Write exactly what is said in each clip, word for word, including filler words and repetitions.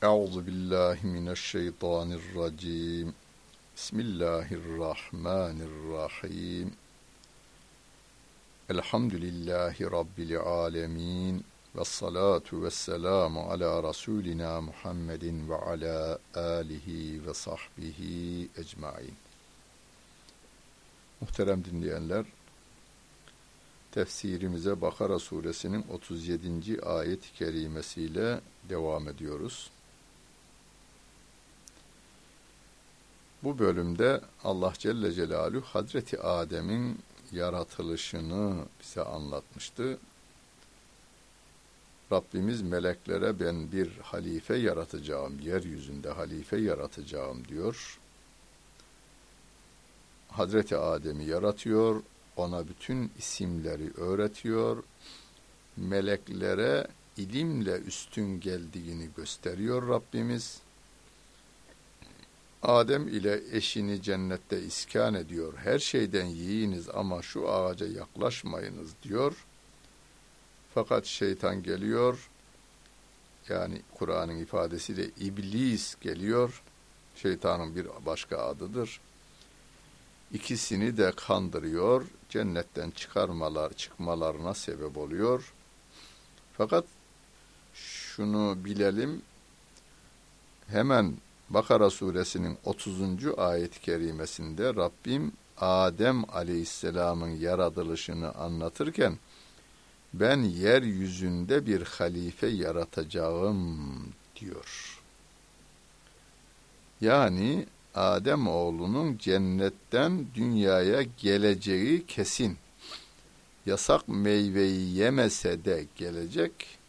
Euzu billahi mineşşeytanirracim. Bismillahirrahmanirrahim. Elhamdülillahi rabbil alamin. Vessalatu vesselamu ala rasulina Muhammedin ve ala alihi ve sahbihi ecmaîn. Muhterem dinleyenler, tefsirimize Bakara suresinin otuz yedinci ayet-i kerimesiyle devam ediyoruz. Bu bölümde Allah Celle Celaluhu Hazreti Adem'in yaratılışını bize anlatmıştı. Rabbimiz meleklere ben bir halife yaratacağım, yeryüzünde halife yaratacağım diyor. Hazreti Adem'i yaratıyor, ona bütün isimleri öğretiyor, meleklere ilimle üstün geldiğini gösteriyor Rabbimiz. Adem ile eşini cennette iskan ediyor. Her şeyden yiyiniz ama şu ağaca yaklaşmayınız diyor. Fakat şeytan geliyor. Yani Kur'an'ın ifadesiyle iblis geliyor. Şeytanın bir başka adıdır. İkisini de kandırıyor. Cennetten çıkarmalar, çıkmalarına sebep oluyor. Fakat şunu bilelim. Hemen Bakara suresinin otuzuncu ayet-i kerimesinde Rabbim Adem aleyhisselamın yaratılışını anlatırken ben yeryüzünde bir halife yaratacağım diyor. Yani Adem oğlunun cennetten dünyaya geleceği kesin. Yasak meyveyi yemese de gelecek.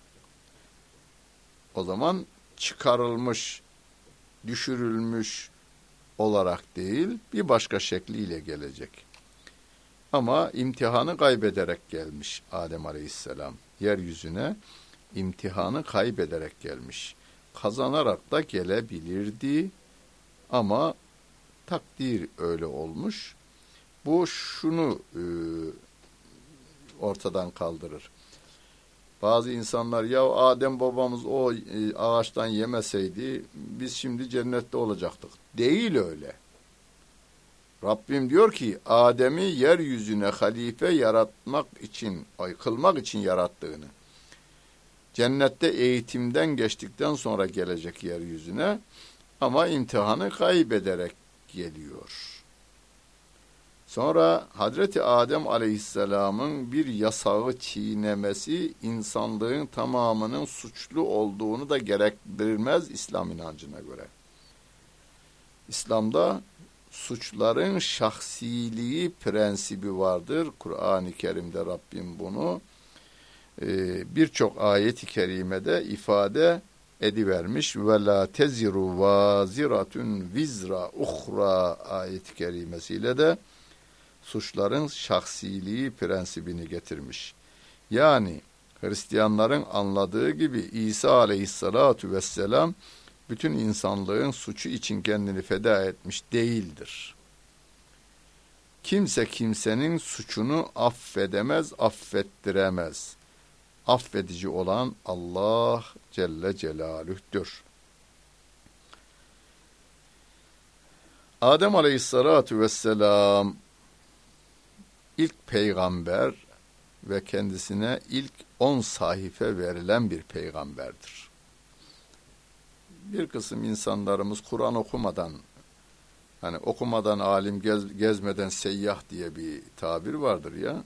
O zaman çıkarılmış, düşürülmüş olarak değil, bir başka şekliyle gelecek. Ama imtihanı kaybederek gelmiş Adem Aleyhisselam. Yeryüzüne imtihanı kaybederek gelmiş. Kazanarak da gelebilirdi ama takdir öyle olmuş. Bu şunu e, ortadan kaldırır. Bazı insanlar ya Adem babamız o ağaçtan yemeseydi biz şimdi cennette olacaktık. Değil öyle. Rabbim diyor ki Adem'i yeryüzüne halife yaratmak için, kılmak için yarattığını. Cennette eğitimden geçtikten sonra gelecek yeryüzüne ama imtihanı kaybederek geliyor. Sonra Hazreti Adem Aleyhisselam'ın bir yasağı çiğnemesi insanlığın tamamının suçlu olduğunu da gerektirmez İslam inancına göre. İslam'da suçların şahsiliği prensibi vardır. Kur'an-ı Kerim'de Rabbim bunu e, birçok ayet-i kerimede ifade edivermiş. Ve la teziru vaziratun vizra uhra ayet-i kerimesiyle de suçların şahsiliği prensibini getirmiş. Yani Hristiyanların anladığı gibi İsa aleyhissalatu vesselam bütün insanlığın suçu için kendini feda etmiş değildir. Kimse kimsenin suçunu affedemez, affettiremez. Affedici olan Allah Celle Celaluh'tür. Adem aleyhissalatu vesselam İlk peygamber ve kendisine ilk on sahife verilen bir peygamberdir. Bir kısım insanlarımız Kur'an okumadan, hani okumadan alim, gez, gezmeden seyyah diye bir tabir vardır ya.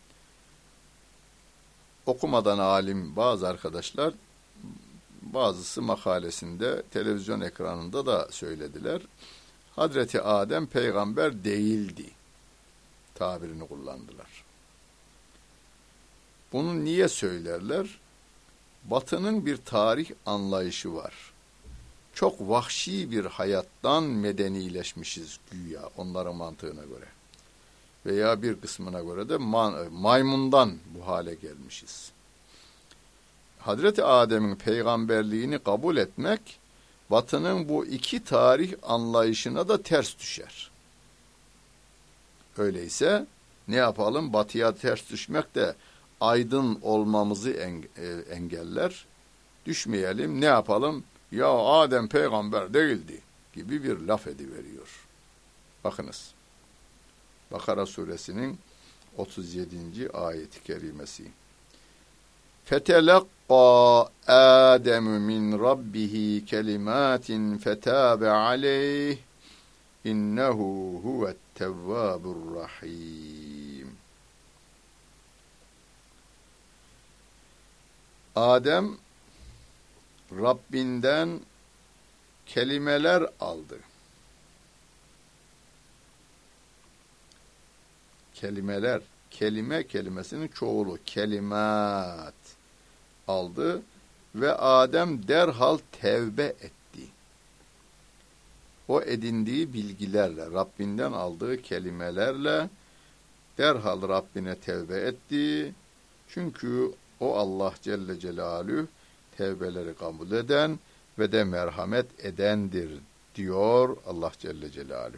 Okumadan alim bazı arkadaşlar, bazısı makalesinde, televizyon ekranında da söylediler. Hazreti Adem peygamber değildi tabirini kullandılar. Bunu niye söylerler? Batı'nın bir tarih anlayışı var. Çok vahşi bir hayattan medenileşmişiz güya onların mantığına göre. Veya bir kısmına göre de maymundan bu hale gelmişiz. Hazreti Adem'in peygamberliğini kabul etmek Batı'nın bu iki tarih anlayışına da ters düşer. Öyleyse ne yapalım? Batıya ters düşmek de aydın olmamızı engeller. Düşmeyelim. Ne yapalım? ya Adem peygamber değildi gibi bir laf ediveriyor. Bakınız. Bakara suresinin otuz yedinci ayet-i kerimesi. فَتَلَقَّى آدَمُ مِنْ رَبِّهِ كَلِمَاتٍ فَتَابَ عَلَيْهِ إِنَّهُ هُوَ التَّوَّابُ الرَّحِيمُ. Adem Rabbinden kelimeler aldı. Kelimeler, kelime kelimesinin çoğulu, kelimat aldı ve Adem derhal tevbe etti. O edindiği bilgilerle, Rabbinden aldığı kelimelerle derhal Rabbine tevbe etti. Çünkü o Allah Celle Celaluhu tevbeleri kabul eden ve de merhamet edendir diyor Allah Celle Celaluhu.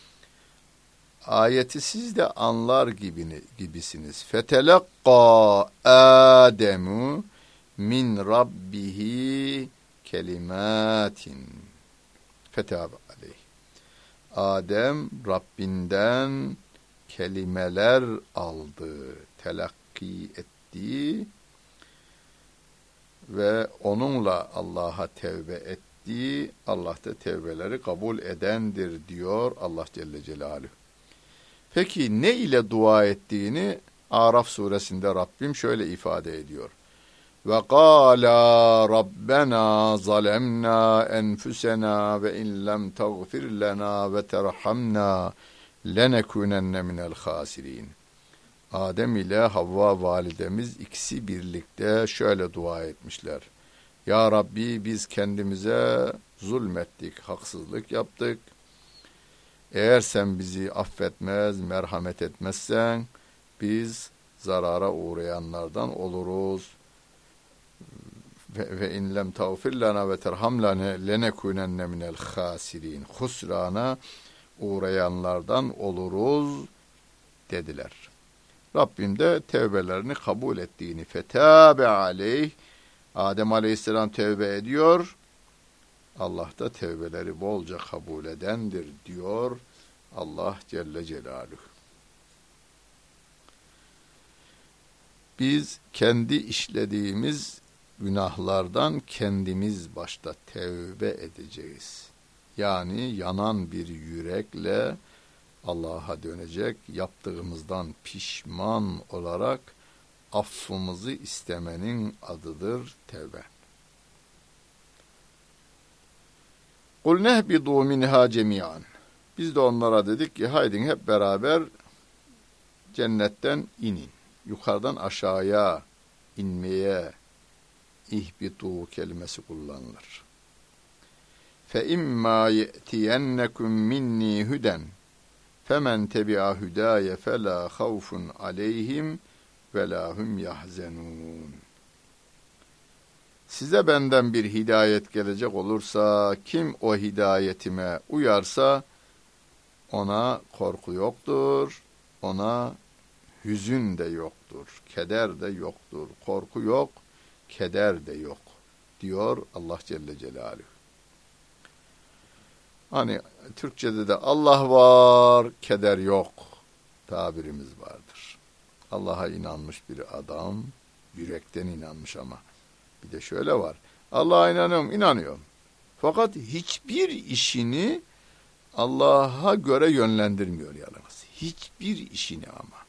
Ayeti siz de anlar gibi, gibisiniz. Fetelakka Ademu min rabbihi kelimatin fetâbe aleyh. Adem Rabbinden kelimeler aldı, telakki etti ve onunla Allah'a tevbe etti. Allah da tevbeleri kabul edendir diyor Allah Celle Celaluhu. Peki ne ile dua ettiğini Araf suresinde Rabbim şöyle ifade ediyor. Ve qâlâ rabbena zalemna enfusena ve in lem tagfir lena ve terhamna lenekunenne minel khasirin. Adem ile Havva validemiz ikisi birlikte şöyle dua etmişler. Ya Rabbi biz kendimize zulmettik, haksızlık yaptık. Eğer sen bizi affetmez, merhamet etmezsen biz zarara uğrayanlardan oluruz. Ve in lem tağfir lana ve terham lana lenekunenne minel khasirin. Husrana uğrayanlardan oluruz dediler. Rabbim de tevbelerini kabul ettiğini fetâbe aleyh. Adem Aleyhisselam tevbe ediyor. Allah da tevbeleri bolca kabul edendir diyor Allah Celle Celaluhu. Biz kendi işlediğimiz günahlardan kendimiz başta tevbe edeceğiz. Yani yanan bir yürekle Allah'a dönecek, yaptığımızdan pişman olarak affımızı istemenin adıdır tevbe. قُلْ نَهْبِضُوا مِنْهَا جَمِيعًا. Biz de onlara dedik ki haydin hep beraber cennetten inin. Yukarıdan aşağıya inmeye ihbitu kelimesi kullanılır. فَاِمَّا يَأْتِيَنَّكُمْ مِنِّي هُدًا فَمَنْ تَبِعَ هُدَايَ فَلَا خَوْفٌ عَلَيْهِمْ وَلَا هُمْ يَحْزَنُونَ. Size benden bir hidayet gelecek olursa, kim o hidayetime uyarsa, ona korku yoktur, ona hüzün de yoktur, keder de yoktur, korku yok, keder de yok, diyor Allah Celle Celaluhu. Hani Türkçe'de de Allah var, keder yok tabirimiz vardır. Allah'a inanmış bir adam, yürekten inanmış ama. Bir de şöyle var. Allah'a inanıyorum, inanıyorum. Fakat hiçbir işini Allah'a göre yönlendirmiyor yalnız. Hiçbir işini ama.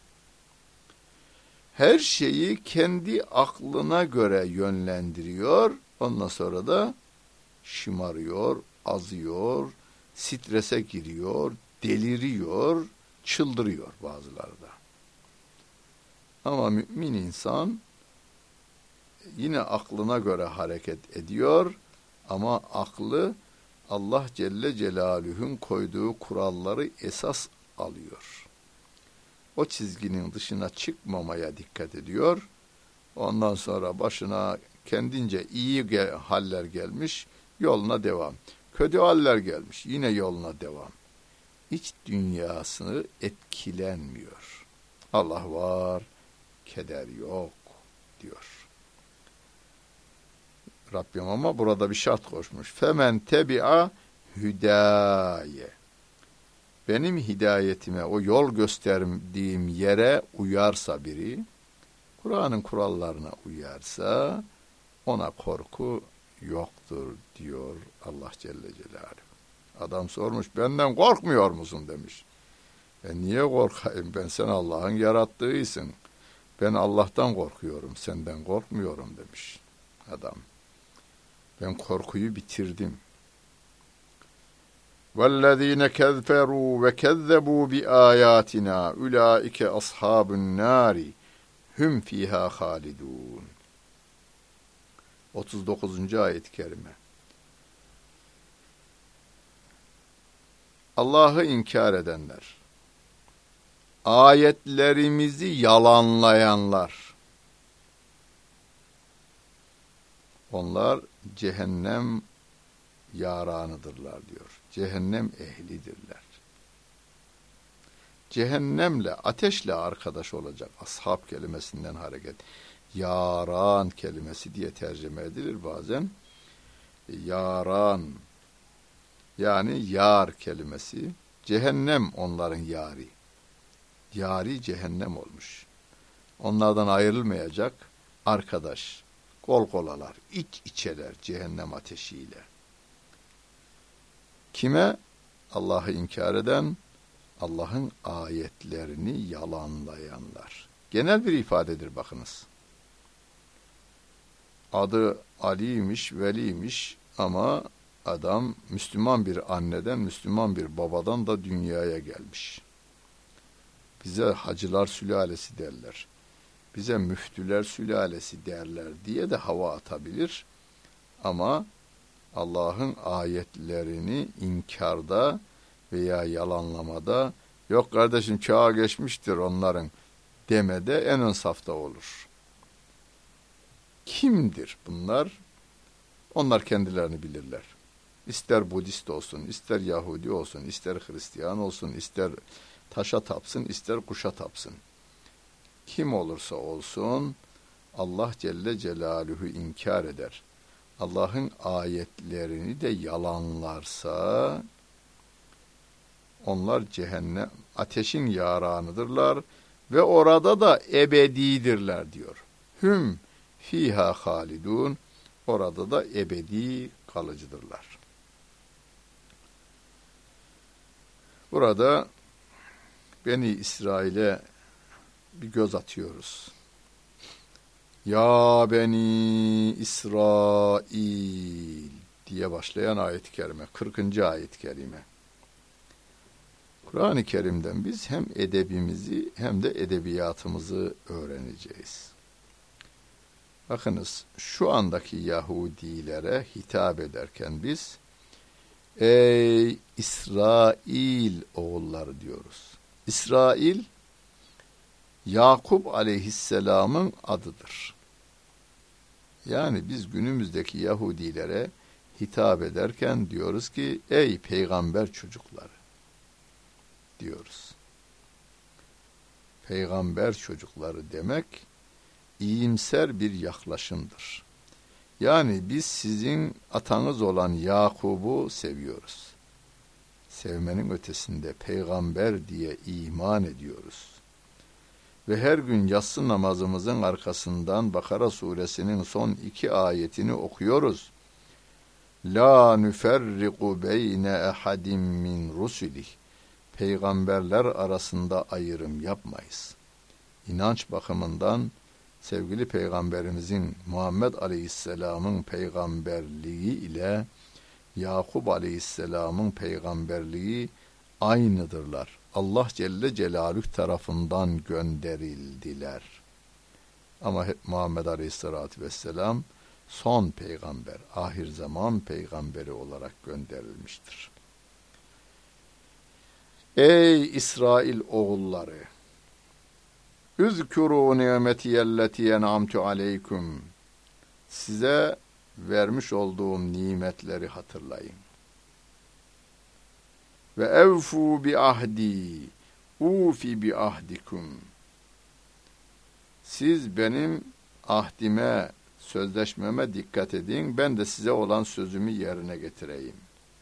Her şeyi kendi aklına göre yönlendiriyor. Ondan sonra da şımarıyor, azıyor, strese giriyor, deliriyor, çıldırıyor bazıları da. Ama mümin insan yine aklına göre hareket ediyor ama aklı Allah Celle Celaluhu'nun koyduğu kuralları esas alıyor. O çizginin dışına çıkmamaya dikkat ediyor. Ondan sonra başına kendince iyi gel- haller gelmiş, yoluna devam. Kötü haller gelmiş, yine yoluna devam. İç dünyasını etkilenmiyor. Allah var, keder yok diyor. Rabbim ama burada bir şart koşmuş. Femen tebi'a hüdaye. Benim hidayetime, o yol gösterdiğim yere uyarsa biri, Kur'an'ın kurallarına uyarsa ona korku yoktur diyor Allah Celle Celaluhu. Adam sormuş, benden korkmuyor musun demiş. E niye korkayım? Ben sen Allah'ın yarattığıysın. Ben Allah'tan korkuyorum, senden korkmuyorum demiş adam. Ben korkuyu bitirdim. وَالَّذ۪ينَ كَذْفَرُوا وَكَذَّبُوا بِآيَاتِنَا اُولَٰئِكَ أَصْحَابُ النَّارِ hüm fiha halidun. otuz dokuzuncu ayet-i kerime. Allah'ı inkar edenler, ayetlerimizi yalanlayanlar, onlar cehennem yaranıdırlar diyor. Cehennem ehlidirler. Cehennemle, ateşle arkadaş olacak. Ashab kelimesinden hareket. Yaran kelimesi diye tercüme edilir bazen. Yaran, yani yar kelimesi. Cehennem onların yari. Yari cehennem olmuş. Onlardan ayrılmayacak arkadaş. Kol kolalar, iç içeler cehennem ateşiyle. Kime? Allah'ı inkar eden, Allah'ın ayetlerini yalanlayanlar. Genel bir ifadedir bakınız. Adı Ali'ymiş, Veli'ymiş ama adam Müslüman bir anneden, Müslüman bir babadan da dünyaya gelmiş. Bize hacılar sülalesi derler. Bize müftüler sülalesi derler diye de hava atabilir. Ama Allah'ın ayetlerini inkarda veya yalanlamada, yok kardeşim çağa geçmiştir onların demede en ön safta olur. Kimdir bunlar? Onlar kendilerini bilirler. İster Budist olsun, ister Yahudi olsun, ister Hristiyan olsun, ister taşa tapsın, ister kuşa tapsın. Kim olursa olsun Allah Celle Celaluhu inkar eder. Allah'ın ayetlerini de yalanlarsa onlar cehennem, ateşin yaranıdırlar ve orada da ebedidirler diyor. Hüm fiha halidun, orada da ebedi kalıcıdırlar. Burada Beni İsrail'e bir göz atıyoruz. Ya Beni İsrail diye başlayan ayet-i kerime, kırkıncı ayet-i kerime. Kur'an-ı Kerim'den biz hem edebimizi hem de edebiyatımızı öğreneceğiz. Bakınız, şu andaki Yahudilere hitap ederken biz ey İsrail oğulları diyoruz. İsrail, Yakup aleyhisselamın adıdır. Yani biz günümüzdeki Yahudilere hitap ederken diyoruz ki ey peygamber çocukları diyoruz. Peygamber çocukları demek iyimser bir yaklaşımdır. Yani biz sizin atanız olan Yakub'u seviyoruz. Sevmenin ötesinde peygamber diye iman ediyoruz. Ve her gün yatsı namazımızın arkasından Bakara suresinin son iki ayetini okuyoruz. La nüferriku beyne ehadim min rusulih. Peygamberler arasında ayrım yapmayız. İnanç bakımından sevgili peygamberimizin Muhammed Aleyhisselam'ın peygamberliği ile Yakup Aleyhisselam'ın peygamberliği aynıdırlar. Allah Celle Celaluhu tarafından gönderildiler. Ama Muhammed Aleyhisselatü Vesselam son peygamber, ahir zaman peygamberi olarak gönderilmiştir. Ey İsrail oğulları! Üzkuru nimetiyelleti en'amtu aleyküm. Size vermiş olduğum nimetleri hatırlayın. Ve evfu bi ahdi, ufi bi ahdikum. Siz benim ahdime, sözleşmeme dikkat edin. Ben de size olan sözümü yerine getireyim.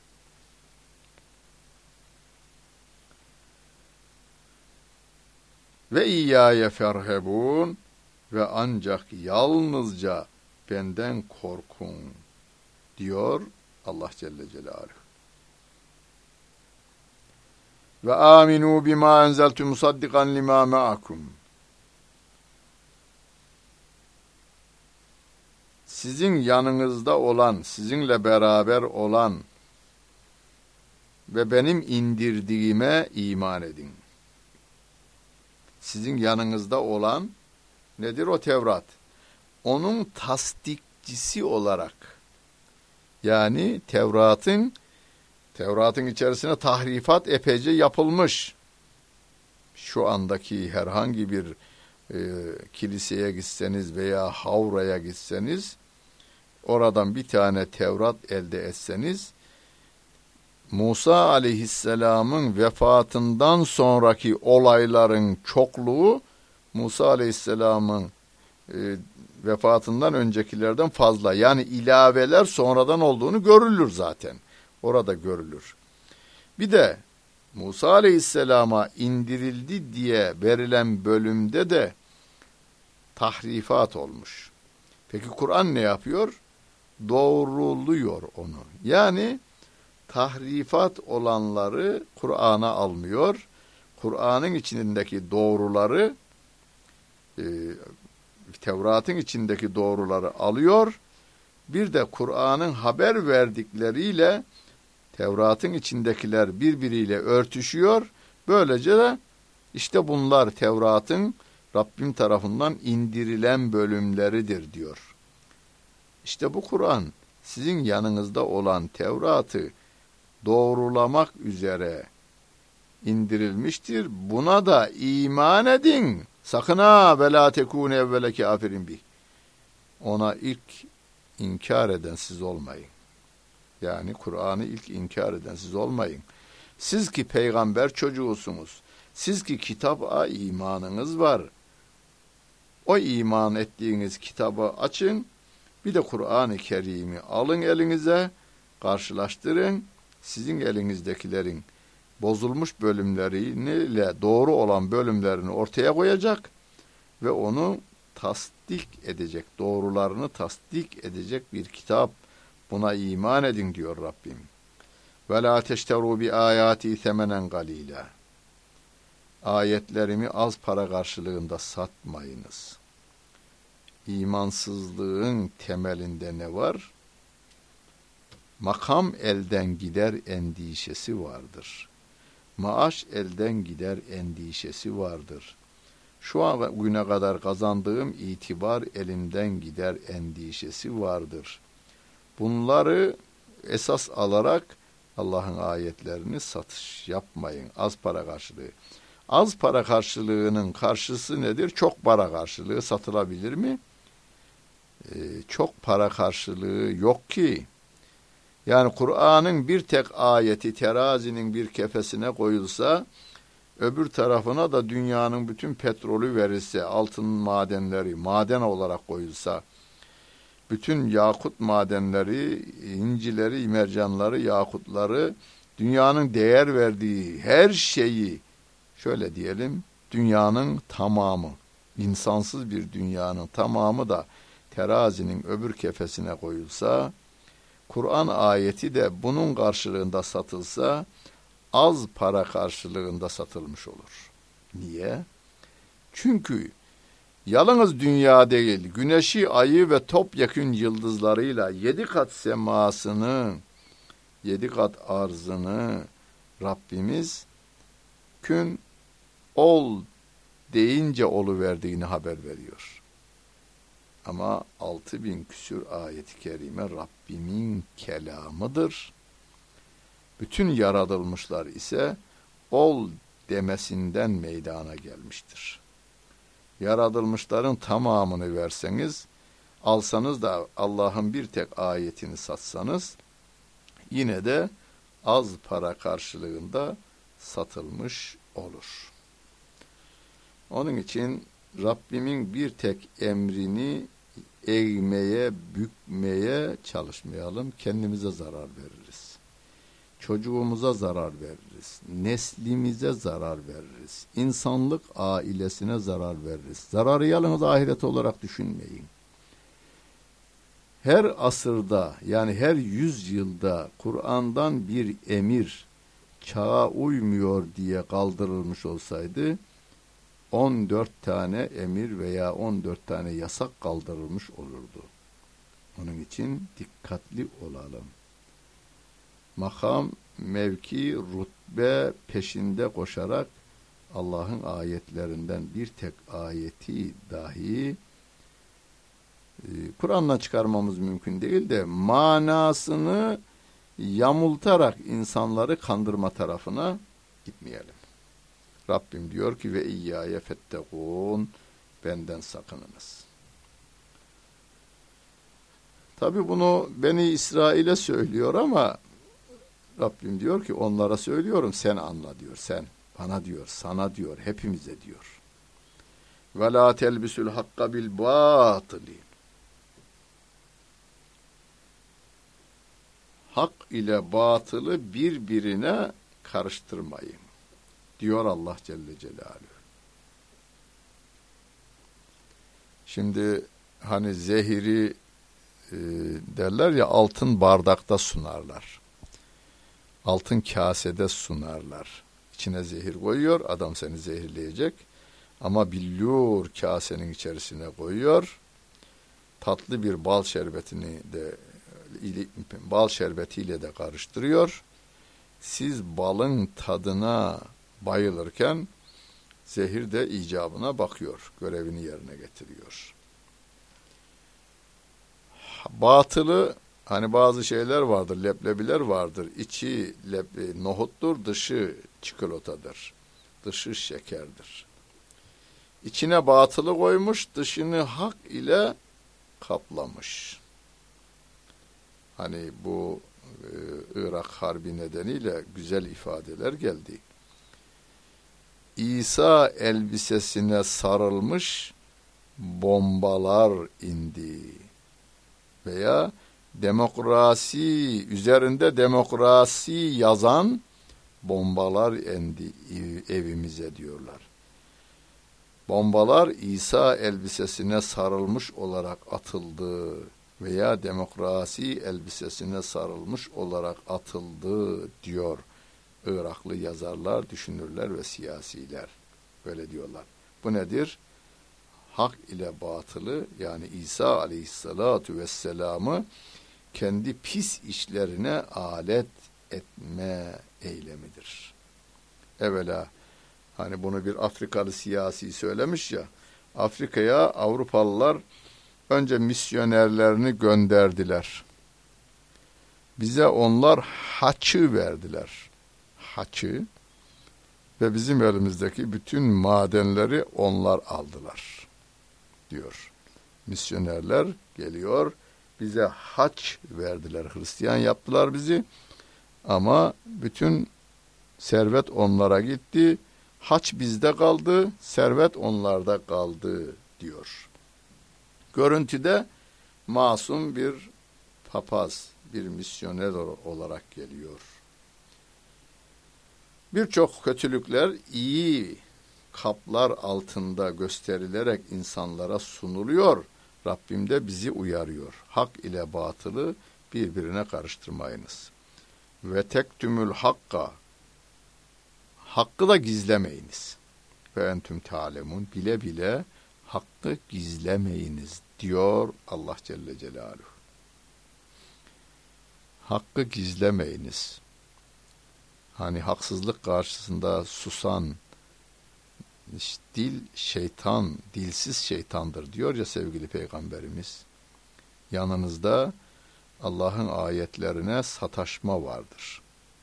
Ve iyyâye ferhebûn ve ancak yalnızca benden korkun diyor Allah Celle Celaluhu. Ve aminu bima enzeltu musaddikan lima ma'akum. Sizin yanınızda olan, sizinle beraber olan ve benim indirdiğime iman edin. Sizin yanınızda olan nedir o Tevrat? Onun tasdikçisi olarak, yani Tevrat'ın Tevrat'ın içerisine tahrifat epeyce yapılmış. Şu andaki herhangi bir e, kiliseye gitseniz veya havraya gitseniz, oradan bir tane Tevrat elde etseniz, Musa aleyhisselamın vefatından sonraki olayların çokluğu, Musa aleyhisselamın e, vefatından öncekilerden fazla. Yani ilaveler sonradan olduğunu görülür zaten. Orada görülür. Bir de Musa aleyhisselama indirildi diye verilen bölümde de tahrifat olmuş. Peki Kur'an ne yapıyor? Doğruluyor onu. Yani tahrifat olanları Kur'an'a almıyor. Kur'an'ın içindeki doğruları, e, Tevrat'ın içindeki doğruları alıyor. Bir de Kur'an'ın haber verdikleriyle Tevrat'ın içindekiler birbiriyle örtüşüyor. Böylece de işte bunlar Tevrat'ın Rabbim tarafından indirilen bölümleridir diyor. İşte bu Kur'an sizin yanınızda olan Tevrat'ı doğrulamak üzere indirilmiştir. Buna da iman edin. Sakın ha ve la tekûne evvele kâfirin bih. Ona ilk inkar eden siz olmayın. Yani Kur'an'ı ilk inkar eden siz olmayın. Siz ki peygamber çocuğusunuz. Siz ki kitaba imanınız var. O iman ettiğiniz kitabı açın. Bir de Kur'an-ı Kerim'i alın elinize, karşılaştırın. Sizin elinizdekilerin bozulmuş bölümleriyle doğru olan bölümlerini ortaya koyacak ve onu tasdik edecek, doğrularını tasdik edecek bir kitap. Buna iman edin diyor Rabbim. Ve la teşteru bi ayati semenen galila. Ayetlerimi az para karşılığında satmayınız. İmansızlığın temelinde ne var? Makam elden gider endişesi vardır. Maaş elden gider endişesi vardır. Şu an güne kadar kazandığım itibar elimden gider endişesi vardır. Bunları esas alarak Allah'ın ayetlerini satış yapmayın. Az para karşılığı. Az para karşılığının karşısı nedir? Çok para karşılığı satılabilir mi? Ee, çok para karşılığı yok ki. Yani Kur'an'ın bir tek ayeti terazinin bir kefesine koyulsa, öbür tarafına da dünyanın bütün petrolü verilse, altın madenleri maden olarak koyulsa, bütün yakut madenleri, incileri, mercanları, yakutları, dünyanın değer verdiği her şeyi, şöyle diyelim, dünyanın tamamı, insansız bir dünyanın tamamı da terazinin öbür kefesine koyulsa, Kur'an ayeti de bunun karşılığında satılsa, az para karşılığında satılmış olur. Niye? Çünkü yalnız dünya değil, güneşi, ayı ve topyekün yıldızlarıyla yedi kat semasını, yedi kat arzını Rabbimiz kün ol deyince oluverdiğini haber veriyor. Ama altı bin küsür ayet-i kerime Rabbimin kelamıdır. Bütün yaratılmışlar ise ol demesinden meydana gelmiştir. Yaratılmışların tamamını verseniz, alsanız da Allah'ın bir tek ayetini satsanız, yine de az para karşılığında satılmış olur. Onun için Rabbimin bir tek emrini eğmeye, bükmeye çalışmayalım. Kendimize zarar veririz. Çocuğumuza zarar veririz. Neslimize zarar veririz. İnsanlık ailesine zarar veririz. Zararı yalnız ahiret olarak düşünmeyin. Her asırda, yani her yüzyılda Kur'an'dan bir emir çağa uymuyor diye kaldırılmış olsaydı, on dört tane emir veya on dört tane yasak kaldırılmış olurdu. Onun için dikkatli olalım. Makam, mevki, rutbe peşinde koşarak Allah'ın ayetlerinden bir tek ayeti dahi e, Kur'an'dan çıkarmamız mümkün değil de manasını yamultarak insanları kandırma tarafına gitmeyelim. Rabbim diyor ki ve iyyâye fettekûn, benden sakınınız. Tabi bunu Beni İsrail'e söylüyor ama Rabbim diyor ki onlara söylüyorum, sen anla diyor, sen bana diyor, sana diyor, hepimize diyor. Ve la telbisul hakka bil batili. Hak ile batılı birbirine karıştırmayın diyor Allah Celle Celaluhu. Şimdi hani zehiri e, derler ya, altın bardakta sunarlar. Altın kasede sunarlar. İçine zehir koyuyor, adam seni zehirleyecek. Ama billur kasenin içerisine koyuyor. Tatlı bir bal şerbetini de bal şerbetiyle de karıştırıyor. Siz balın tadına bayılırken zehir de icabına bakıyor, görevini yerine getiriyor. Batılı, hani bazı şeyler vardır, leblebiler vardır. İçi leblebi, nohuttur, dışı çikolatadır. Dışı şekerdir. İçine batılı koymuş, dışını hak ile kaplamış. Hani bu e, Irak Harbi nedeniyle güzel ifadeler geldi. İsa elbisesine sarılmış bombalar indi. Veya demokrasi, üzerinde demokrasi yazan bombalar indi evimize diyorlar. Bombalar İsa elbisesine sarılmış olarak atıldı veya demokrasi elbisesine sarılmış olarak atıldı diyor Iraklı yazarlar, düşünürler ve siyasiler. Böyle diyorlar. Bu nedir? Hak ile batılı, yani İsa aleyhissalatu vesselam'ı kendi pis işlerine alet etme eylemidir. Evvela hani bunu bir Afrikalı siyasi söylemiş ya, Afrika'ya Avrupalılar önce misyonerlerini gönderdiler. Bize onlar haçı verdiler. Haçı ve bizim elimizdeki bütün madenleri onlar aldılar diyor. Misyonerler geliyor, bize haç verdiler, Hristiyan yaptılar bizi ama bütün servet onlara gitti, haç bizde kaldı, servet onlarda kaldı diyor. Görüntüde masum bir papaz, bir misyoner olarak geliyor. Birçok kötülükler iyi kaplar altında gösterilerek insanlara sunuluyor. Rabbim de bizi uyarıyor. Hak ile batılı birbirine karıştırmayınız. Ve tektümül hakka, hakkı da gizlemeyiniz. Ve entüm ta'lemun, bile bile hakkı gizlemeyiniz diyor Allah Celle Celaluhu. Hakkı gizlemeyiniz. Hani haksızlık karşısında susan işte dil şeytan, dilsiz şeytandır diyor ya sevgili Peygamberimiz. Yanınızda Allah'ın ayetlerine sataşma vardır.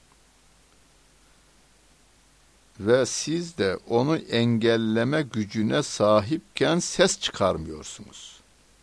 Ve siz de onu engelleme gücüne sahipken ses çıkarmıyorsunuz.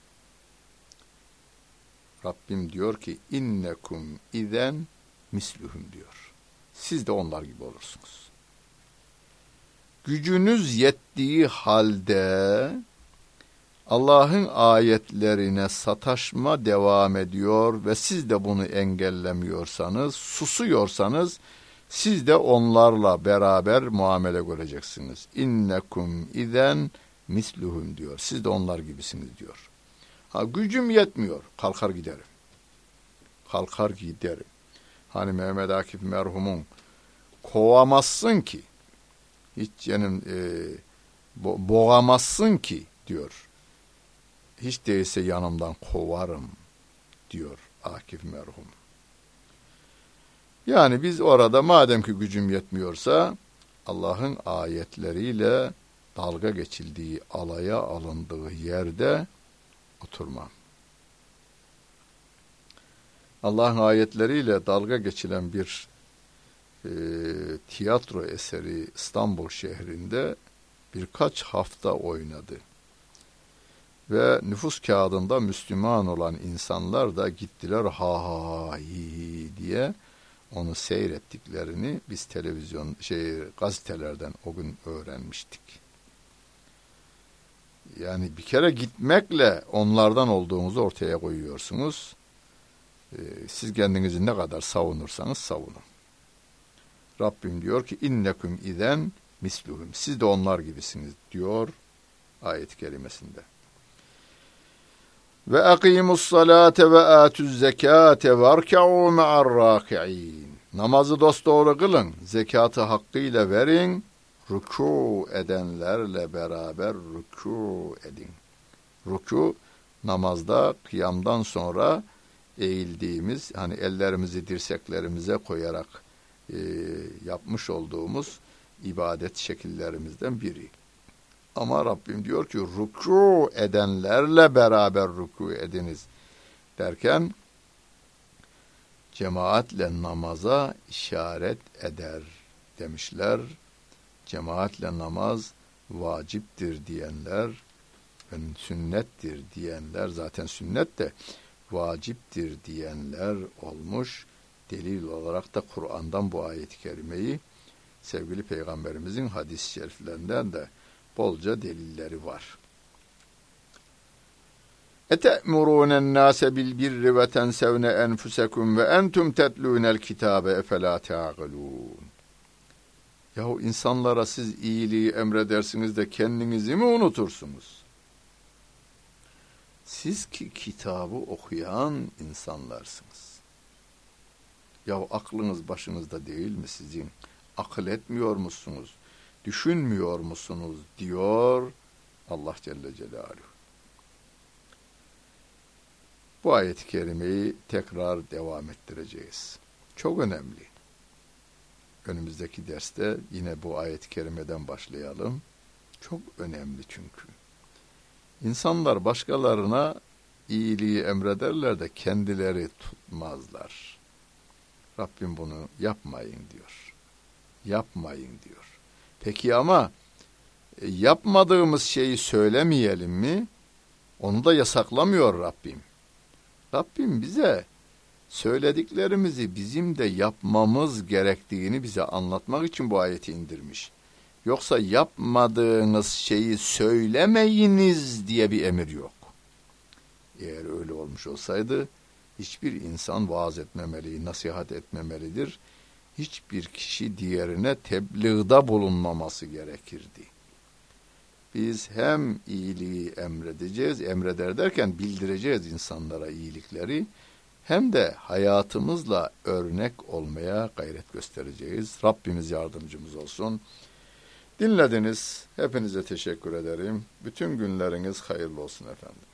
Rabbim diyor ki innekum izen misluhum diyor. Siz de onlar gibi olursunuz. Gücünüz yettiği halde Allah'ın ayetlerine sataşma devam ediyor ve siz de bunu engellemiyorsanız, susuyorsanız siz de onlarla beraber muamele göreceksiniz. İnnekum izen misluhum diyor. Siz de onlar gibisiniz diyor. Ha, gücüm yetmiyor. Kalkar giderim. Kalkar giderim. Hani Mehmet Akif merhumun kovamazsın ki, hiç canım e, bo boğamazsın ki diyor. Hiç değilse yanımdan kovarım diyor Akif merhum. Yani biz orada madem ki gücüm yetmiyorsa Allah'ın ayetleriyle dalga geçildiği, alaya alındığı yerde oturmam. Allah'ın ayetleriyle dalga geçilen bir e, tiyatro eseri İstanbul şehrinde birkaç hafta oynadı. Ve nüfus kağıdında Müslüman olan insanlar da gittiler ha ha hi diye onu seyrettiklerini biz televizyon şey gazetelerden o gün öğrenmiştik. Yani bir kere gitmekle onlardan olduğunuzu ortaya koyuyorsunuz. Ee, siz kendinizi ne kadar savunursanız savunun. Rabbim diyor ki innekum izen misluhum. Siz de onlar gibisiniz diyor ayet-i kerimesinde. Ve akimus salate ve atuz zekate ve erka'u ma'ar raki'in. Namazı dosdoğru kılın, zekatı hakkıyla verin, rükû edenlerle beraber rükû edin. Rükû namazda kıyamdan sonra eğildiğimiz, hani ellerimizi dirseklerimize koyarak e, yapmış olduğumuz ibadet şekillerimizden biri. Ama Rabbim diyor ki rükû edenlerle beraber rükû ediniz derken cemaatle namaza işaret eder demişler. Cemaatle namaz vaciptir diyenler, sünnettir diyenler, zaten sünnet de vaciptir diyenler olmuş. Delil olarak da Kur'an'dan bu ayet-i kerimeyi, sevgili Peygamberimizin hadis-i şeriflerinden de bolca delilleri var. Ete'murûnen nâse bil birri ve tensevne enfusekum ve entum tetlûnel kitâbe efelâ te'âgılûn. Yahu insanlara siz iyiliği emredersiniz de kendinizi mi unutursunuz? Siz ki kitabı okuyan insanlarsınız. Yahu aklınız başınızda değil mi sizin? Akıl etmiyor musunuz? Düşünmüyor musunuz? Diyor Allah Celle Celaluhu. Bu ayet-i kerimeyi tekrar devam ettireceğiz. Çok önemli. Önümüzdeki derste yine bu ayet-i kerimeden başlayalım. Çok önemli çünkü. İnsanlar başkalarına iyiliği emrederler de kendileri tutmazlar. Rabbim bunu yapmayın diyor. Yapmayın diyor. Peki ama e, yapmadığımız şeyi söylemeyelim mi? Onu da yasaklamıyor Rabbim. Rabbim bize söylediklerimizi bizim de yapmamız gerektiğini bize anlatmak için bu ayeti indirmiş. Yoksa yapmadığınız şeyi söylemeyiniz diye bir emir yok. Eğer öyle olmuş olsaydı hiçbir insan vaaz etmemeli, nasihat etmemelidir. Hiçbir kişi diğerine tebliğde bulunmaması gerekirdi. Biz hem iyiliği emredeceğiz, emreder derken bildireceğiz insanlara iyilikleri, hem de hayatımızla örnek olmaya gayret göstereceğiz. Rabbimiz yardımcımız olsun. Dinlediniz. Hepinize teşekkür ederim. Bütün günleriniz hayırlı olsun efendim.